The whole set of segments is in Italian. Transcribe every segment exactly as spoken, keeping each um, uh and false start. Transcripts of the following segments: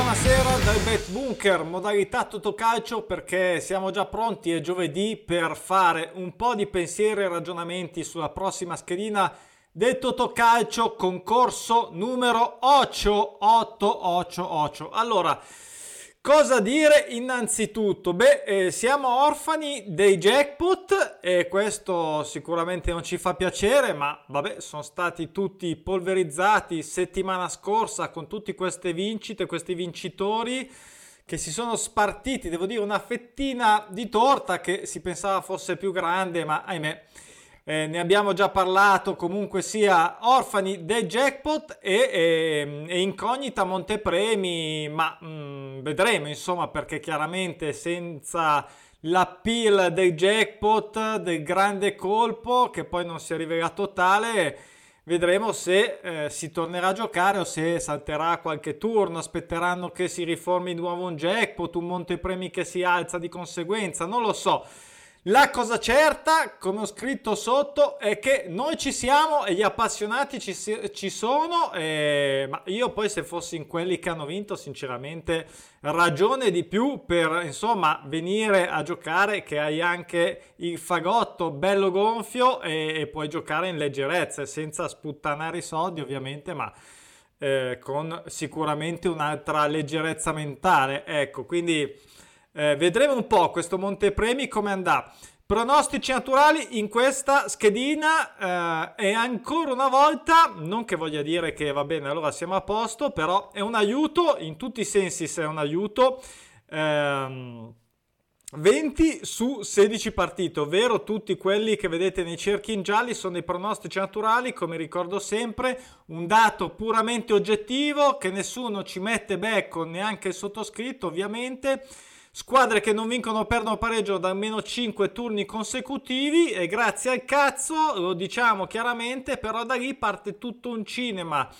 buonasera dal Bet Bunker, modalità Totocalcio, perché siamo già pronti, è giovedì, per fare un po' di pensieri e ragionamenti sulla prossima schedina del Totocalcio, concorso numero otto otto otto otto. Allora, cosa dire innanzitutto? Beh, eh, siamo orfani dei jackpot e questo sicuramente non ci fa piacere, ma vabbè, sono stati tutti polverizzati settimana scorsa con tutte queste vincite, questi vincitori che si sono spartiti, devo dire, una fettina di torta che si pensava fosse più grande, ma ahimè. Eh, ne abbiamo già parlato, comunque sia orfani del jackpot e, e, e incognita montepremi, ma mh, vedremo insomma, perché chiaramente senza l'appeal del jackpot, del grande colpo che poi non si è rivelato tale, vedremo se eh, si tornerà a giocare o se salterà qualche turno, aspetteranno che si riformi di nuovo un jackpot, un montepremi che si alza di conseguenza, non lo so. La cosa certa, come ho scritto sotto, è che noi ci siamo e gli appassionati ci, ci sono, eh, ma io poi se fossi in quelli che hanno vinto, sinceramente, ragione di più per, insomma, venire a giocare, che hai anche il fagotto bello gonfio e, e puoi giocare in leggerezza, senza sputtanare i soldi ovviamente, ma eh, con sicuramente un'altra leggerezza mentale, ecco, quindi... Eh, vedremo un po' questo montepremi come andrà. Pronostici naturali in questa schedina eh, e ancora una volta, non che voglia dire che va bene, allora siamo a posto, però è un aiuto, in tutti i sensi se è un aiuto. Ehm, venti su sedici partite, ovvero tutti quelli che vedete nei cerchi gialli sono dei pronostici naturali, come ricordo sempre, un dato puramente oggettivo che nessuno ci mette becco, neanche il sottoscritto ovviamente. Squadre che non vincono, perdono, pareggio da almeno cinque turni consecutivi e grazie al cazzo, lo diciamo chiaramente, però da lì parte tutto un cinema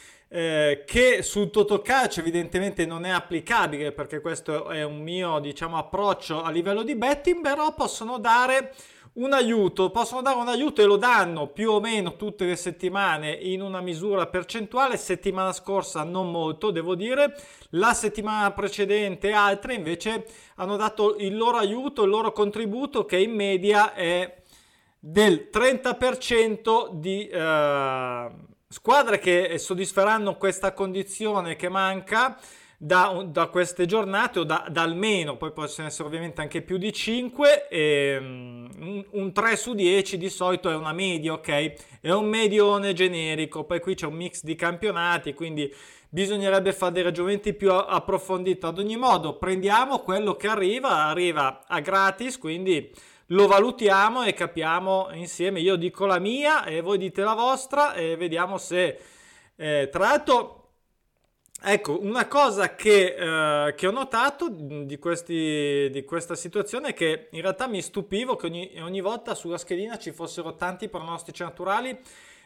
eh, che sul Totocalcio evidentemente non è applicabile, perché questo è un mio, diciamo, approccio a livello di betting, però possono dare un aiuto, possono dare un aiuto e lo danno più o meno tutte le settimane in una misura percentuale. Settimana scorsa non molto, devo dire, la settimana precedente altre invece hanno dato il loro aiuto, il loro contributo, che in media è del trenta per cento di eh, squadre che soddisferanno questa condizione che manca Da, da queste giornate o da, da almeno, poi possono essere ovviamente anche più di cinque, e, um, un, un tre su dieci di solito è una media, ok? È un medione generico, poi qui c'è un mix di campionati, quindi bisognerebbe fare dei ragionamenti più approfonditi. Ad ogni modo prendiamo quello che arriva, arriva a gratis, quindi lo valutiamo e capiamo insieme. Io dico la mia e voi dite la vostra e vediamo se eh, tra l'altro. Ecco, una cosa che, eh, che ho notato di, questi, di questa situazione è che in realtà mi stupivo che ogni, ogni volta sulla schedina ci fossero tanti pronostici naturali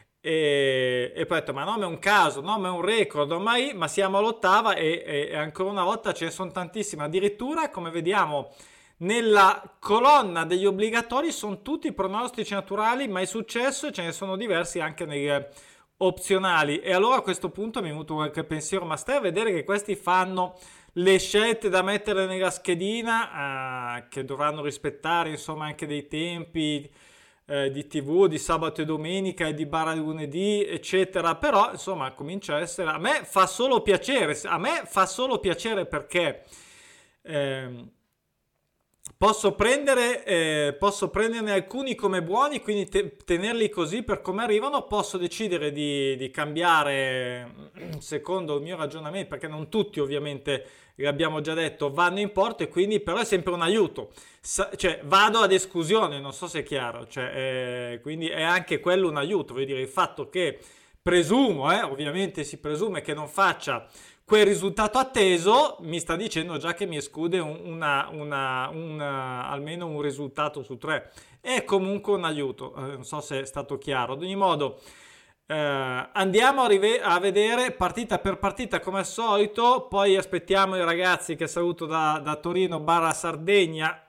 e, e poi ho detto, ma no, ma è un caso, no, ma è un record, ormai, ma siamo all'ottava e, e, e ancora una volta ce ne sono tantissime. Addirittura, come vediamo, nella colonna degli obbligatori sono tutti pronostici naturali, mai successo, e ce ne sono diversi anche nei opzionali. E allora a questo punto mi è venuto qualche pensiero, ma stai a vedere che questi fanno le scelte da mettere nella schedina, eh, che dovranno rispettare insomma anche dei tempi eh, di tv di sabato e domenica e di bara lunedì eccetera, però insomma comincia a essere, a me fa solo piacere, a me fa solo piacere perché ehm, Posso prendere, eh, posso prenderne alcuni come buoni, quindi te- tenerli così per come arrivano. Posso decidere di, di cambiare secondo il mio ragionamento, perché non tutti ovviamente, l'abbiamo già detto, vanno in porto, e quindi però è sempre un aiuto. Sa- cioè vado ad esclusione, non so se è chiaro, cioè, eh, quindi è anche quello un aiuto, vuol dire il fatto che presumo, eh, ovviamente si presume che non faccia quel risultato atteso, mi sta dicendo già che mi esclude un, una, una, una, almeno un risultato su tre. È comunque un aiuto, eh, non so se è stato chiaro. Ad ogni modo, eh, andiamo a, rive- a vedere partita per partita come al solito, poi aspettiamo i ragazzi che saluto da, da Torino barra Sardegna,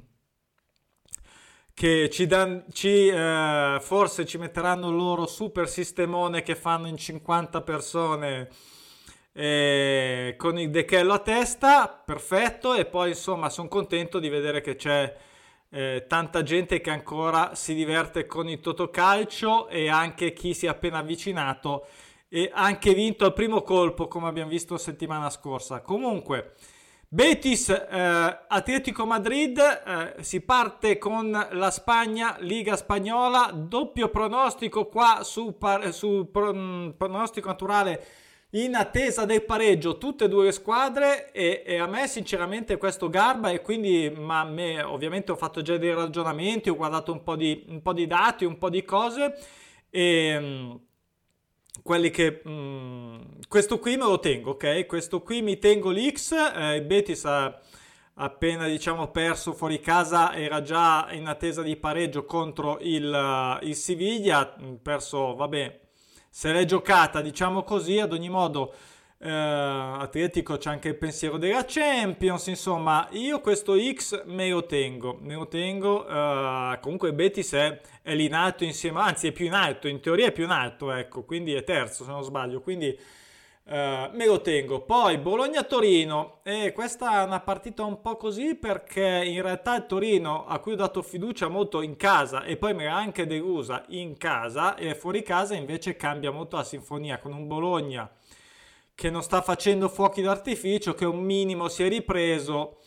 che ci, dan, ci eh, forse ci metteranno il loro super sistemone che fanno in cinquanta persone eh, con il Dechello a testa, perfetto, e poi insomma sono contento di vedere che c'è eh, tanta gente che ancora si diverte con il Totocalcio e anche chi si è appena avvicinato e anche vinto al primo colpo come abbiamo visto settimana scorsa. Comunque Betis, eh, Atletico Madrid, eh, si parte con la Spagna, Liga Spagnola, doppio pronostico qua su, par- su pro- pronostico naturale in attesa del pareggio, tutte e due le squadre e, e a me sinceramente questo garba e quindi ma me, ovviamente ho fatto già dei ragionamenti, ho guardato un po' di, un po' di dati, un po' di cose e... Mh, quelli che mh, questo qui me lo tengo, ok? Questo qui mi tengo l'X. Eh, il Betis ha appena diciamo perso fuori casa, era già in attesa di pareggio contro il, uh, il Siviglia, ha perso, vabbè, se l'è giocata diciamo così. Ad ogni modo eh, Atletico c'è anche il pensiero della Champions, insomma io questo X me lo tengo, me lo tengo. Eh, comunque il Betis è, è lì in alto insieme, anzi è più in alto, in teoria è più in alto, ecco, quindi è terzo se non sbaglio, quindi Uh, me lo tengo. Poi Bologna-Torino, e questa è una partita un po' così perché in realtà il Torino, a cui ho dato fiducia molto in casa e poi me l'ha anche delusa in casa, e fuori casa invece cambia molto la sinfonia, con un Bologna che non sta facendo fuochi d'artificio, che un minimo si è ripreso.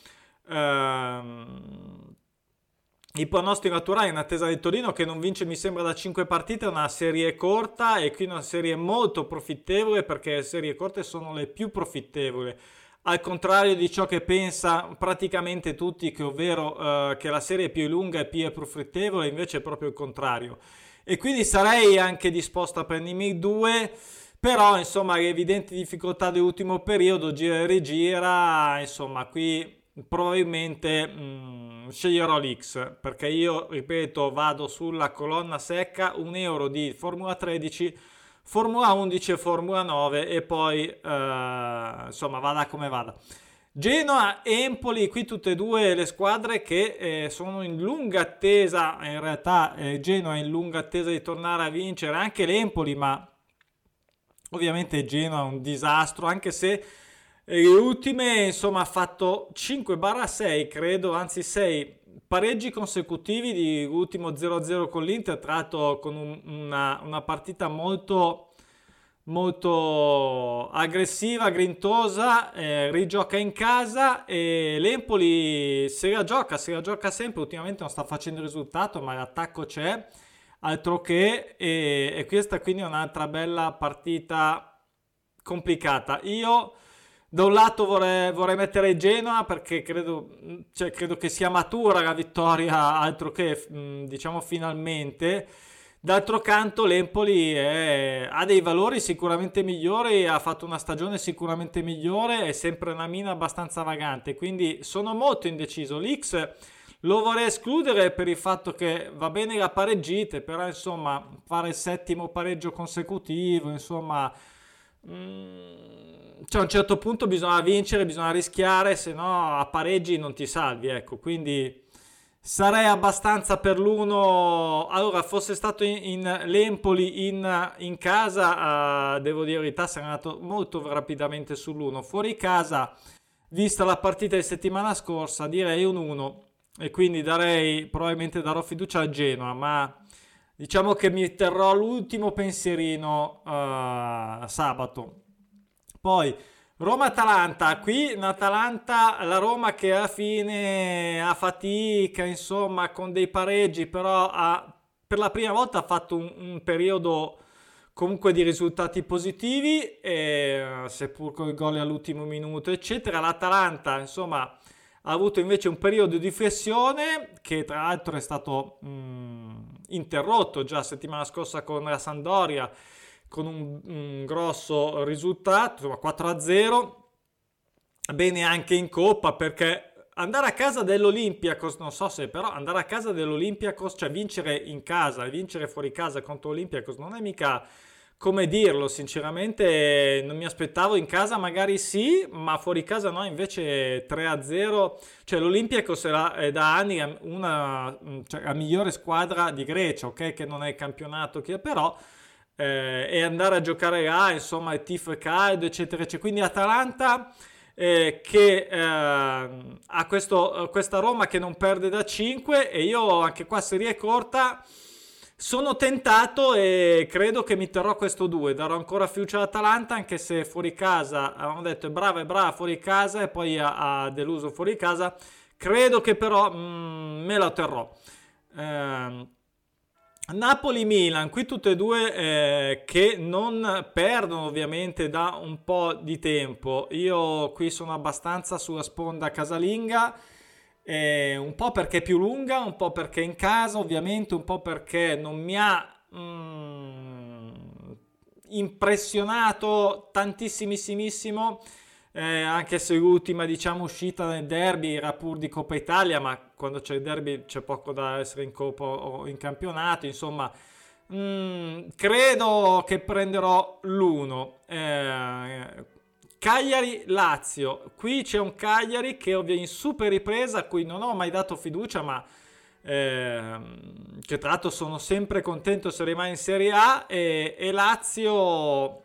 Uh, il pronostico naturale in attesa del Torino, che non vince mi sembra da cinque partite, è una serie corta e qui una serie molto profittevole, perché le serie corte sono le più profittevoli, al contrario di ciò che pensa praticamente tutti, che ovvero eh, che la serie più lunga e più è profittevole, invece è proprio il contrario. E quindi sarei anche disposto a prendermi il due, però insomma le evidenti difficoltà dell'ultimo periodo, gira e rigira, insomma qui probabilmente mh, sceglierò l'X, perché io ripeto vado sulla colonna secca, un euro di Formula tredici, Formula undici e Formula nove e poi eh, insomma vada come vada. Genoa e Empoli, qui tutte e due le squadre che eh, sono in lunga attesa, in realtà eh, Genoa è in lunga attesa di tornare a vincere, anche l'Empoli, ma ovviamente Genoa è un disastro, anche se le ultime, insomma, ha fatto cinque sei, credo, anzi sei pareggi consecutivi, di ultimo zero a zero con l'Inter, tra l'altro con un, una, una partita molto, molto aggressiva, grintosa, eh, rigioca in casa e l'Empoli se la gioca, se la gioca sempre, ultimamente non sta facendo risultato, ma l'attacco c'è, altro che, e, e questa quindi è un'altra bella partita complicata. Io... Da un lato vorrei, vorrei mettere Genoa perché credo, cioè, credo che sia matura la vittoria, altro che diciamo finalmente. D'altro canto l'Empoli è, ha dei valori sicuramente migliori, ha fatto una stagione sicuramente migliore, è sempre una mina abbastanza vagante, quindi sono molto indeciso. L'X lo vorrei escludere per il fatto che va bene la pareggite, però insomma fare il settimo pareggio consecutivo, insomma... Mm, cioè a un certo punto bisogna vincere, bisogna rischiare, se no a pareggi non ti salvi, ecco, quindi sarei abbastanza per l'uno. Allora, fosse stato in, in l'Empoli in, in casa, uh, devo dire la verità, sarei andato molto rapidamente sull'uno. Fuori casa, vista la partita di settimana scorsa, direi un uno e quindi darei, probabilmente darò fiducia a Genoa, ma diciamo che mi terrò l'ultimo pensierino uh, sabato. Poi Roma-Atalanta, qui in Atalanta, la Roma che alla fine ha fatica, insomma, con dei pareggi, però ha, per la prima volta ha fatto un, un periodo comunque di risultati positivi, e, seppur con i gol all'ultimo minuto, eccetera. L'Atalanta, insomma, ha avuto invece un periodo di flessione che tra l'altro è stato mh, interrotto già settimana scorsa con la Sampdoria, con un, un grosso risultato, insomma quattro a zero, bene anche in Coppa, perché andare a casa dell'Olympiacos, non so se però andare a casa dell'Olympiacos, cioè vincere in casa e vincere fuori casa contro l'Olympiacos non è mica come dirlo, sinceramente non mi aspettavo. In casa magari sì, ma fuori casa no, invece tre a zero, cioè l'Olympiacos è da anni una, cioè, la migliore squadra di Grecia, ok, che non è il campionato, che però eh, e andare a giocare là, insomma il tifo è caldo, eccetera, eccetera. Quindi Atalanta eh, che eh, ha questo, questa Roma che non perde da cinque, e io anche qua serie corta sono tentato e credo che mi terrò questo due, darò ancora fiducia all'Atalanta, anche se fuori casa avevamo detto è brava, è brava fuori casa e poi ha, ha deluso fuori casa. Credo che però mm, me la terrò. Eh, Napoli-Milan, qui tutte e due eh, che non perdono ovviamente da un po' di tempo. Io qui sono abbastanza sulla sponda casalinga, eh, un po' perché è più lunga, un po' perché è in casa, ovviamente, un po' perché non mi ha mm, impressionato tantissimissimo, eh, anche se l'ultima diciamo uscita nel derby era pur di Coppa Italia, ma quando c'è il derby c'è poco da essere in Coppa o in campionato, insomma. Mm, credo che prenderò l'uno. Eh, Cagliari-Lazio. Qui c'è un Cagliari che ovvio in super ripresa, a cui non ho mai dato fiducia, ma ehm, che tra l'altro sono sempre contento se rimane in Serie A. E, e Lazio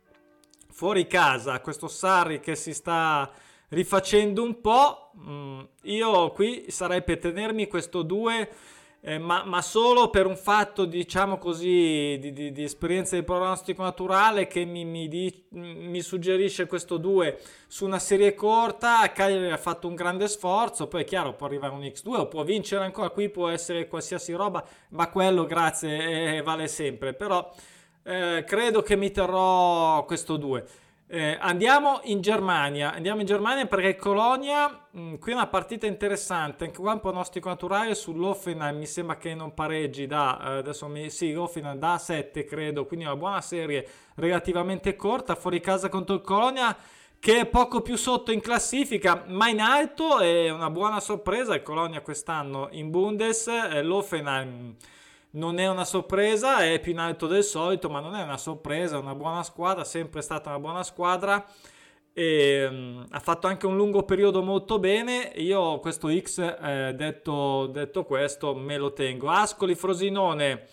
fuori casa, questo Sarri che si sta rifacendo un po'. Mm, io qui sarei per tenermi questo due. Eh, ma, ma solo per un fatto, diciamo così, di, di- di esperienza di pronostico naturale che mi, mi di- mi suggerisce questo due su una serie corta. Cagliari ha fatto un grande sforzo, poi è chiaro può arrivare un X due o può vincere ancora, qui può essere qualsiasi roba, ma quello grazie eh, vale sempre, però eh, credo che mi terrò questo due. Eh, andiamo in Germania, andiamo in Germania perché Colonia, mh, qui è una partita interessante, anche qua un pronostico naturale sull'Hoffenheim, mi sembra che non pareggi da, eh, adesso mi, sì, Hoffenheim da sette credo, quindi una buona serie relativamente corta, fuori casa contro il Colonia che è poco più sotto in classifica, ma in alto, è una buona sorpresa il Colonia quest'anno in Bundes, eh, l'Hoffenheim non è una sorpresa, è più in alto del solito, ma non è una sorpresa, è una buona squadra, sempre stata una buona squadra e um, ha fatto anche un lungo periodo molto bene. Io questo X, eh, detto, detto questo, me lo tengo. Ascoli Frosinone,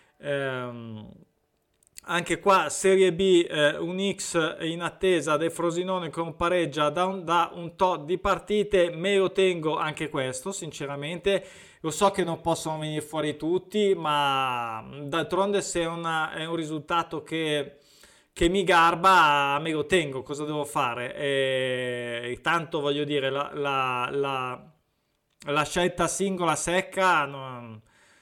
ehm, anche qua Serie B, eh, un X in attesa del Frosinone con pareggia da un, da un tot di partite, me lo tengo anche questo sinceramente. Lo so che non possono venire fuori tutti, ma d'altronde se è, una- è un risultato che, che mi garba, me lo tengo, cosa devo fare? E, tanto voglio dire, la, la- la- la scelta singola secca non-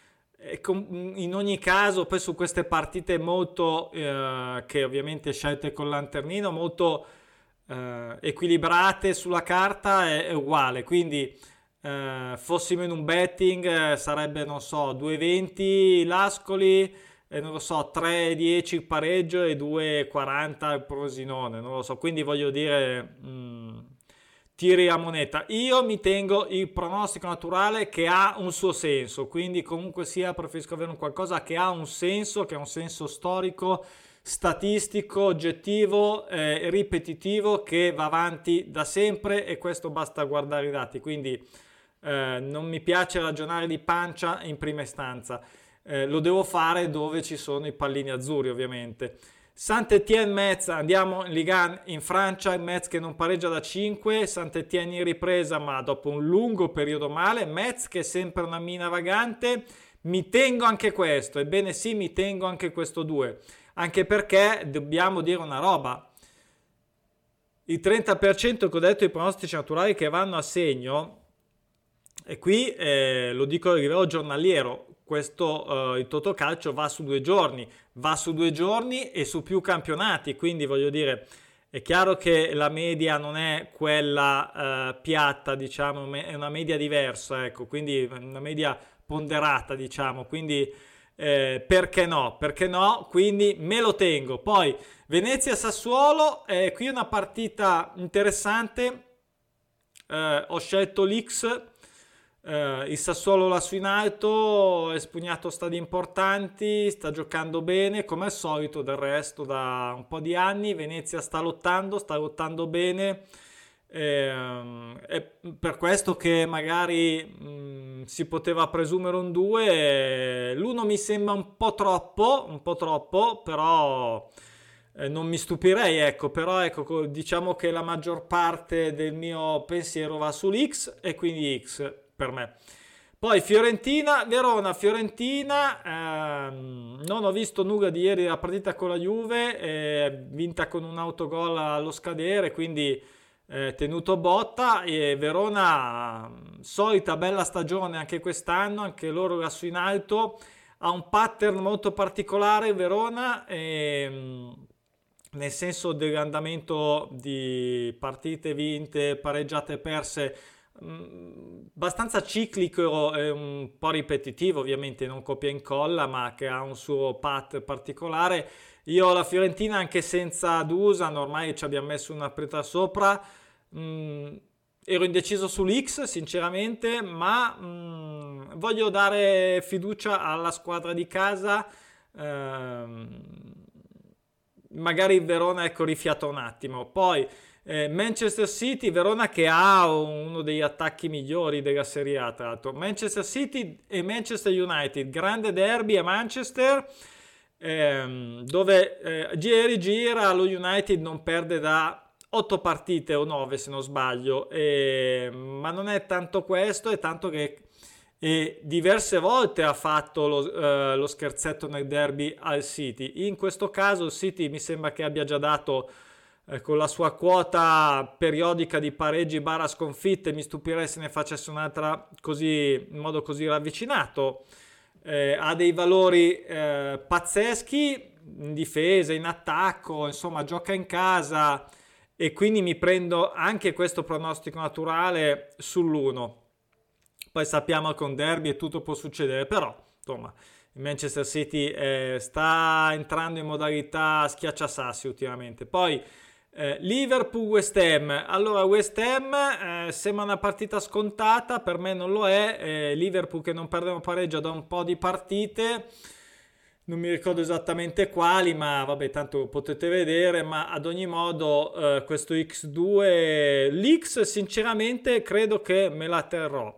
è com- in ogni caso, poi su queste partite molto, eh, che ovviamente scelte con lanternino, molto eh, equilibrate sulla carta è, è uguale, quindi eh, fossimo in un betting eh, sarebbe non so due venti l'Ascoli e non lo so tre dieci il pareggio e due quaranta il Frosinone, non lo so, quindi voglio dire mh, tiri a moneta. Io mi tengo il pronostico naturale che ha un suo senso, quindi comunque sia preferisco avere un qualcosa che ha un senso, che ha un senso storico, statistico, oggettivo, eh, ripetitivo, che va avanti da sempre, e questo basta guardare i dati, quindi eh, non mi piace ragionare di pancia in prima istanza. Eh, lo devo fare dove ci sono i pallini azzurri ovviamente. Saint-Étienne-Metz, andiamo in Ligue uno in Francia, il Metz che non pareggia da cinque, Saint-Étienne in ripresa ma dopo un lungo periodo male, Metz che è sempre una mina vagante, mi tengo anche questo, ebbene sì, mi tengo anche questo due, anche perché dobbiamo dire una roba, il trenta per cento che ho detto i pronostici naturali che vanno a segno, e qui eh, lo dico a livello giornaliero, questo eh, il Totocalcio va su due giorni, va su due giorni e su più campionati, quindi voglio dire, è chiaro che la media non è quella eh, piatta, diciamo, è una media diversa, ecco, quindi una media ponderata, diciamo, quindi eh, perché no? Perché no? Quindi me lo tengo. Poi Venezia-Sassuolo, eh, qui una partita interessante, eh, ho scelto l'X. Eh, il Sassuolo lassù in alto, ha espugnato stadi importanti, sta giocando bene come al solito del resto da un po' di anni. Venezia sta lottando, sta lottando bene, ehm, è per questo che magari mh, si poteva presumere un due, l'uno mi sembra un po' troppo, un po' troppo, però eh, non mi stupirei, ecco, però ecco, co- diciamo che la maggior parte del mio pensiero va sull'X e quindi X per me. Poi Fiorentina, Verona, Fiorentina, ehm, non ho visto nulla di ieri della partita con la Juve, eh, vinta con un autogol allo scadere, quindi eh, tenuto botta. E Verona, solita bella stagione anche quest'anno, anche loro lassù in alto, ha un pattern molto particolare Verona, ehm, nel senso dell'andamento di partite vinte, pareggiate e perse, mh, abbastanza ciclico e un po' ripetitivo, ovviamente non copia e incolla, ma che ha un suo pat particolare. Io la Fiorentina, anche senza Dusan, ormai ci abbiamo messo una preta sopra. mh, Ero indeciso sull'X, sinceramente, ma mh, voglio dare fiducia alla squadra di casa. ehm, Magari il Verona, ecco, rifiata un attimo. Poi eh, Manchester City, Verona che ha uno degli attacchi migliori della Serie A, tra l'altro. Manchester City e Manchester United, grande derby a Manchester, ehm, dove eh, gira e rigira, lo United non perde da otto partite o nove se non sbaglio, e- ma non è tanto questo, è tanto che e diverse volte ha fatto lo, eh, lo scherzetto nel derby al City. In questo caso il City mi sembra che abbia già dato eh, con la sua quota periodica di pareggi barra sconfitte, mi stupirei se ne facesse un'altra così, in modo così ravvicinato. Eh, ha dei valori eh, pazzeschi in difesa, in attacco, insomma gioca in casa, e quindi mi prendo anche questo pronostico naturale sull'uno. Poi sappiamo che con derby e tutto può succedere, però insomma il Manchester City eh, sta entrando in modalità schiacciasassi ultimamente. Poi eh, Liverpool-West Ham. Allora West Ham eh, sembra una partita scontata, per me non lo è. eh, Liverpool che non perde un pareggio da un po' di partite, non mi ricordo esattamente quali, ma vabbè, tanto potete vedere. Ma ad ogni modo eh, questo X due, l'X sinceramente credo che me la terrò,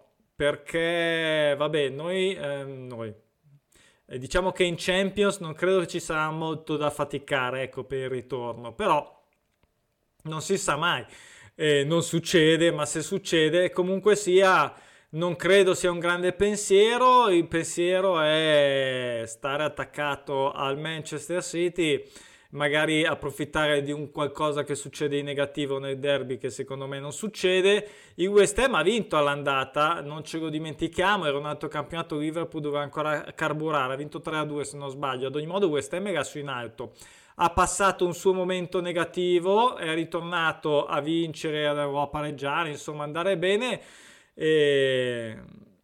perché vabbè, noi, ehm, noi eh, diciamo che in Champions non credo che ci sarà molto da faticare, ecco, per il ritorno, però non si sa mai. Eh, non succede, ma se succede comunque sia, non credo sia un grande pensiero. Il pensiero è stare attaccato al Manchester City, magari approfittare di un qualcosa che succede di negativo nel derby, che secondo me non succede. Il West Ham ha vinto all'andata, non ce lo dimentichiamo, era un altro campionato, Liverpool doveva ancora carburare, ha vinto tre a due se non sbaglio. Ad ogni modo West Ham era su in alto, ha passato un suo momento negativo, è ritornato a vincere o a pareggiare, insomma andare bene. E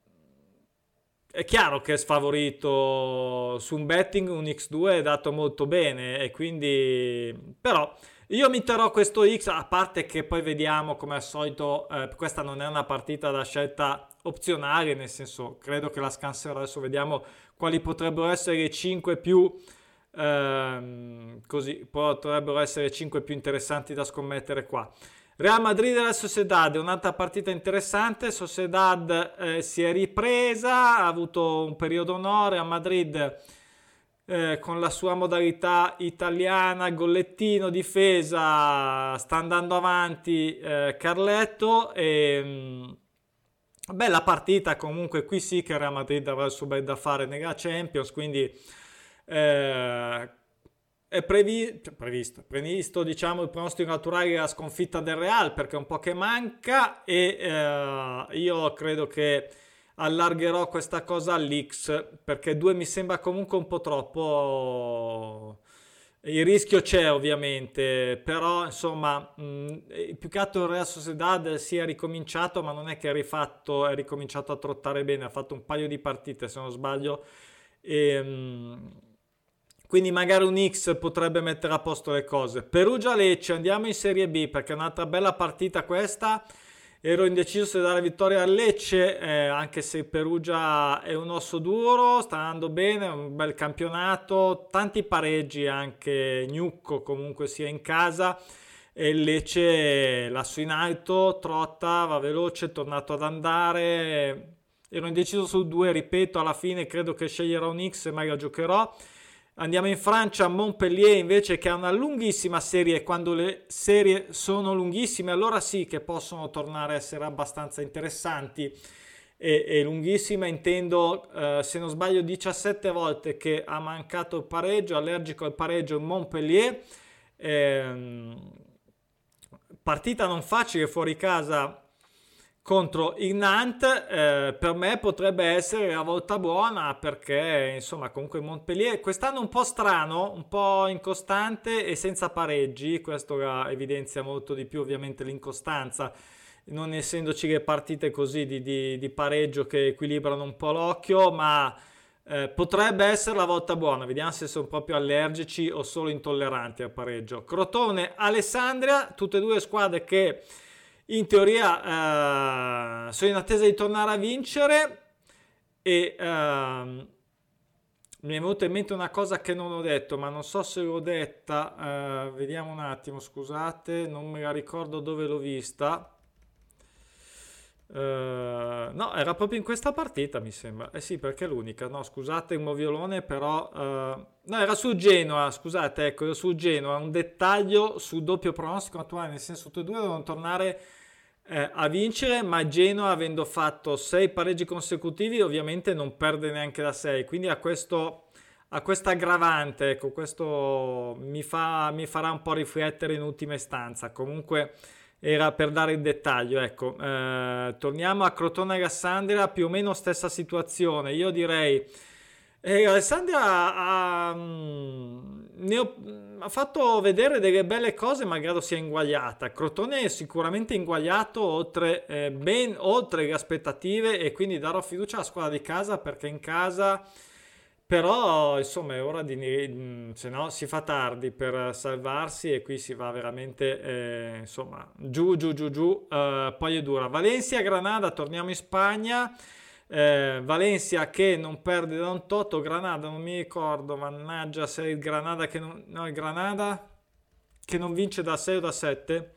è chiaro che è sfavorito su un betting, un X due è dato molto bene, e quindi però io mi terrò questo X, a parte che poi vediamo come al solito. Eh, questa non è una partita da scelta opzionale, nel senso credo che la scanserò, adesso vediamo quali potrebbero essere i cinque più ehm, così potrebbero essere cinque più interessanti da scommettere qua. Real Madrid e la Sociedad è un'altra partita interessante. Sociedad eh, si è ripresa, ha avuto un periodo onore. A Madrid eh, con la sua modalità italiana, gollettino, difesa, sta andando avanti eh, Carletto. E, mh, bella partita comunque, qui sì che Real Madrid avrà il suo bel da fare nella Champions, quindi eh, è previ- cioè, previsto, previsto diciamo il pronostico naturale della sconfitta del Real, perché è un po' che manca. E eh, io credo che allargherò questa cosa all'X, perché due mi sembra comunque un po' troppo. Il rischio c'è ovviamente, però insomma mh, più che altro il Real Sociedad si è ricominciato, ma non è che è rifatto, è ricominciato a trottare bene, ha fatto un paio di partite se non sbaglio. E, mh, quindi magari un X potrebbe mettere a posto le cose. Perugia-Lecce, andiamo in Serie B, perché è un'altra bella partita questa. Ero indeciso se dare vittoria al Lecce, eh, anche se Perugia è un osso duro, sta andando bene, è un bel campionato, tanti pareggi, anche Gnucco comunque sia in casa. E il Lecce lassù in alto, trotta, va veloce, è tornato ad andare. ero indeciso su due, ripeto, alla fine credo che sceglierò un X e mai la giocherò. Andiamo in Francia, Montpellier invece, che ha una lunghissima serie, e quando le serie sono lunghissime allora sì che possono tornare a essere abbastanza interessanti, e, e lunghissima intendo, eh, se non sbaglio, diciassette volte che ha mancato il pareggio, allergico al pareggio Montpellier. Ehm, partita non facile fuori casa contro il Nantes, eh, per me potrebbe essere la volta buona, perché insomma comunque Montpellier quest'anno un po' strano, un po' incostante e senza pareggi, questo la evidenzia molto di più ovviamente l'incostanza, non essendoci le partite così di, di, di pareggio che equilibrano un po' l'occhio, ma eh, potrebbe essere la volta buona, vediamo se sono proprio allergici o solo intolleranti al pareggio. Crotone, Alessandria, tutte e due squadre che in teoria eh, sono in attesa di tornare a vincere, e ehm, mi è venuta in mente una cosa che non ho detto, ma non so se l'ho detta, eh, vediamo un attimo, scusate, non me la ricordo dove l'ho vista. Eh, no, era proprio in questa partita, mi sembra. Eh sì, perché è l'unica. No, scusate il moviolone, però eh, no, era su Genoa, scusate, ecco, era su Genoa, un dettaglio sul doppio pronostico attuale, nel senso tutti e due devono tornare eh, a vincere, ma Genoa, avendo fatto sei pareggi consecutivi, ovviamente non perde neanche da sei, quindi a questo a questa aggravante, ecco, questo mi fa, mi farà un po' riflettere in ultima istanza. Comunque era per dare il dettaglio, ecco. Eh, torniamo a Crotone e Alessandria, più o meno stessa situazione, io direi. E Alessandria ha, mm, ne ho- ha fatto vedere delle belle cose, malgrado sia inguagliata. Crotone è sicuramente inguagliato oltre, eh, ben oltre le aspettative, e quindi darò fiducia alla squadra di casa, perché in casa però insomma è ora di, mm, se no si fa tardi per salvarsi, e qui si va veramente eh, insomma giù giù giù giù, eh, poi è dura. Valencia Granada, torniamo in Spagna. Eh, Valencia che non perde da un totto, Granada non mi ricordo, mannaggia, se è il Granada che non, no, il Granada che non vince da sei o da sette.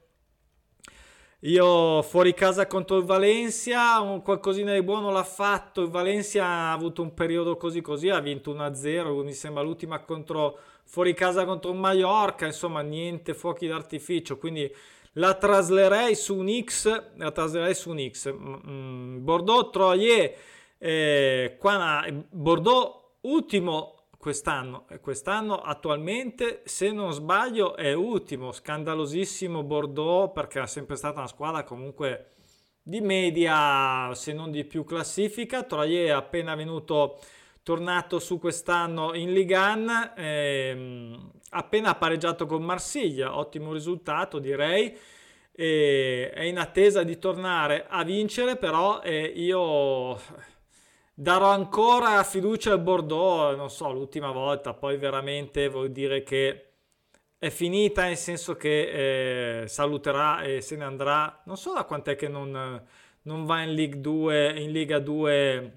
Io fuori casa contro il Valencia, un qualcosina di buono l'ha fatto. Il Valencia ha avuto un periodo così così, ha vinto uno a zero, mi sembra l'ultima contro, fuori casa contro il Mallorca, insomma niente fuochi d'artificio, quindi la traslerei su un X, la traslerei su un X. Mm, Bordeaux, Troyes, eh, qua, Bordeaux ultimo quest'anno, e quest'anno attualmente, se non sbaglio, è ultimo. Scandalosissimo Bordeaux, perché è sempre stata una squadra comunque di media, se non di più, classifica. Troyes è appena venuto, tornato su quest'anno in Ligue uno, ehm, appena pareggiato con Marsiglia, ottimo risultato direi, e è in attesa di tornare a vincere, però eh, io darò ancora fiducia al Bordeaux, non so, l'ultima volta, poi veramente vuol dire che è finita, nel senso che eh, saluterà e se ne andrà. Non so da quant'è che non, non va in Ligue due, in Liga due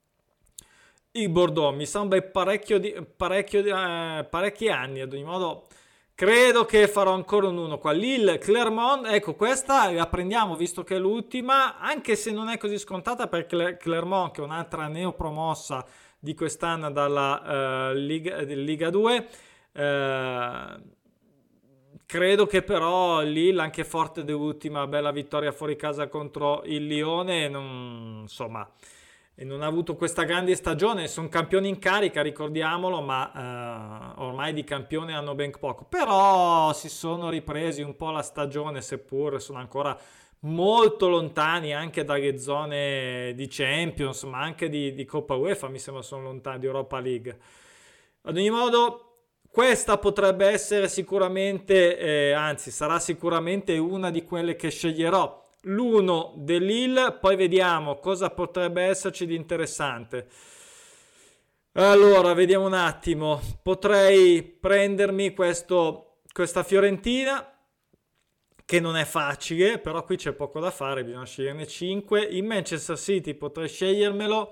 il Bordeaux, mi sembra parecchio di, parecchio di, eh, parecchi anni. Ad ogni modo credo che farò ancora un uno qua. Lille, Clermont, ecco, questa la prendiamo visto che è l'ultima, anche se non è così scontata, perché Clermont, che è un'altra neopromossa di quest'anno dalla eh, Liga, Liga due, eh, credo che però Lille, anche forte dell'ultima bella vittoria fuori casa contro il Lione, non, insomma, e non ha avuto questa grande stagione. Sono campioni in carica, ricordiamolo, ma eh, ormai di campione hanno ben poco. Però si sono ripresi un po' la stagione, seppur sono ancora molto lontani anche dalle zone di Champions, ma anche di, di Coppa UEFA, mi sembra sono lontani, di Europa League. Ad ogni modo, questa potrebbe essere sicuramente, eh, anzi sarà sicuramente una di quelle che sceglierò, l'uno dell'Lille. Poi vediamo cosa potrebbe esserci di interessante. Allora, vediamo un attimo. Potrei prendermi questo, questa Fiorentina, che non è facile, però qui c'è poco da fare, bisogna sceglierne cinque. In Manchester City potrei scegliermelo.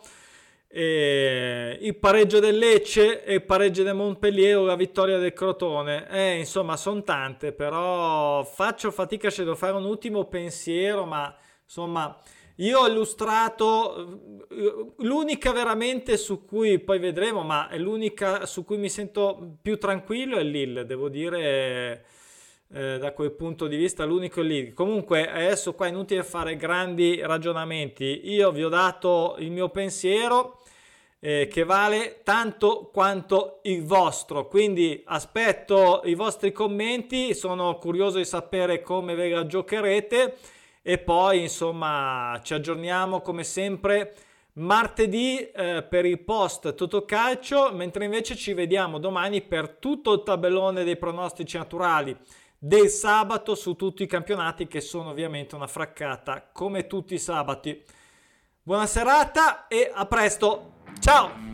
E il pareggio del Lecce e il pareggio del Montpellier o la vittoria del Crotone, eh, insomma sono tante, però faccio fatica se devo fare un ultimo pensiero, ma insomma Io ho illustrato l'unica veramente su cui poi vedremo, ma è l'unica su cui mi sento più tranquillo è Lille, devo dire, eh, da quel punto di vista l'unico è Lille. Comunque adesso qua è inutile fare grandi ragionamenti, io vi ho dato il mio pensiero, eh, che vale tanto quanto il vostro, quindi aspetto i vostri commenti, sono curioso di sapere come ve la giocherete e poi insomma ci aggiorniamo come sempre martedì eh, per il post Totocalcio, mentre invece ci vediamo domani per tutto il tabellone dei pronostici naturali del sabato su tutti i campionati, che sono ovviamente una fraccata come tutti i sabati. Buona serata e a presto, ciao!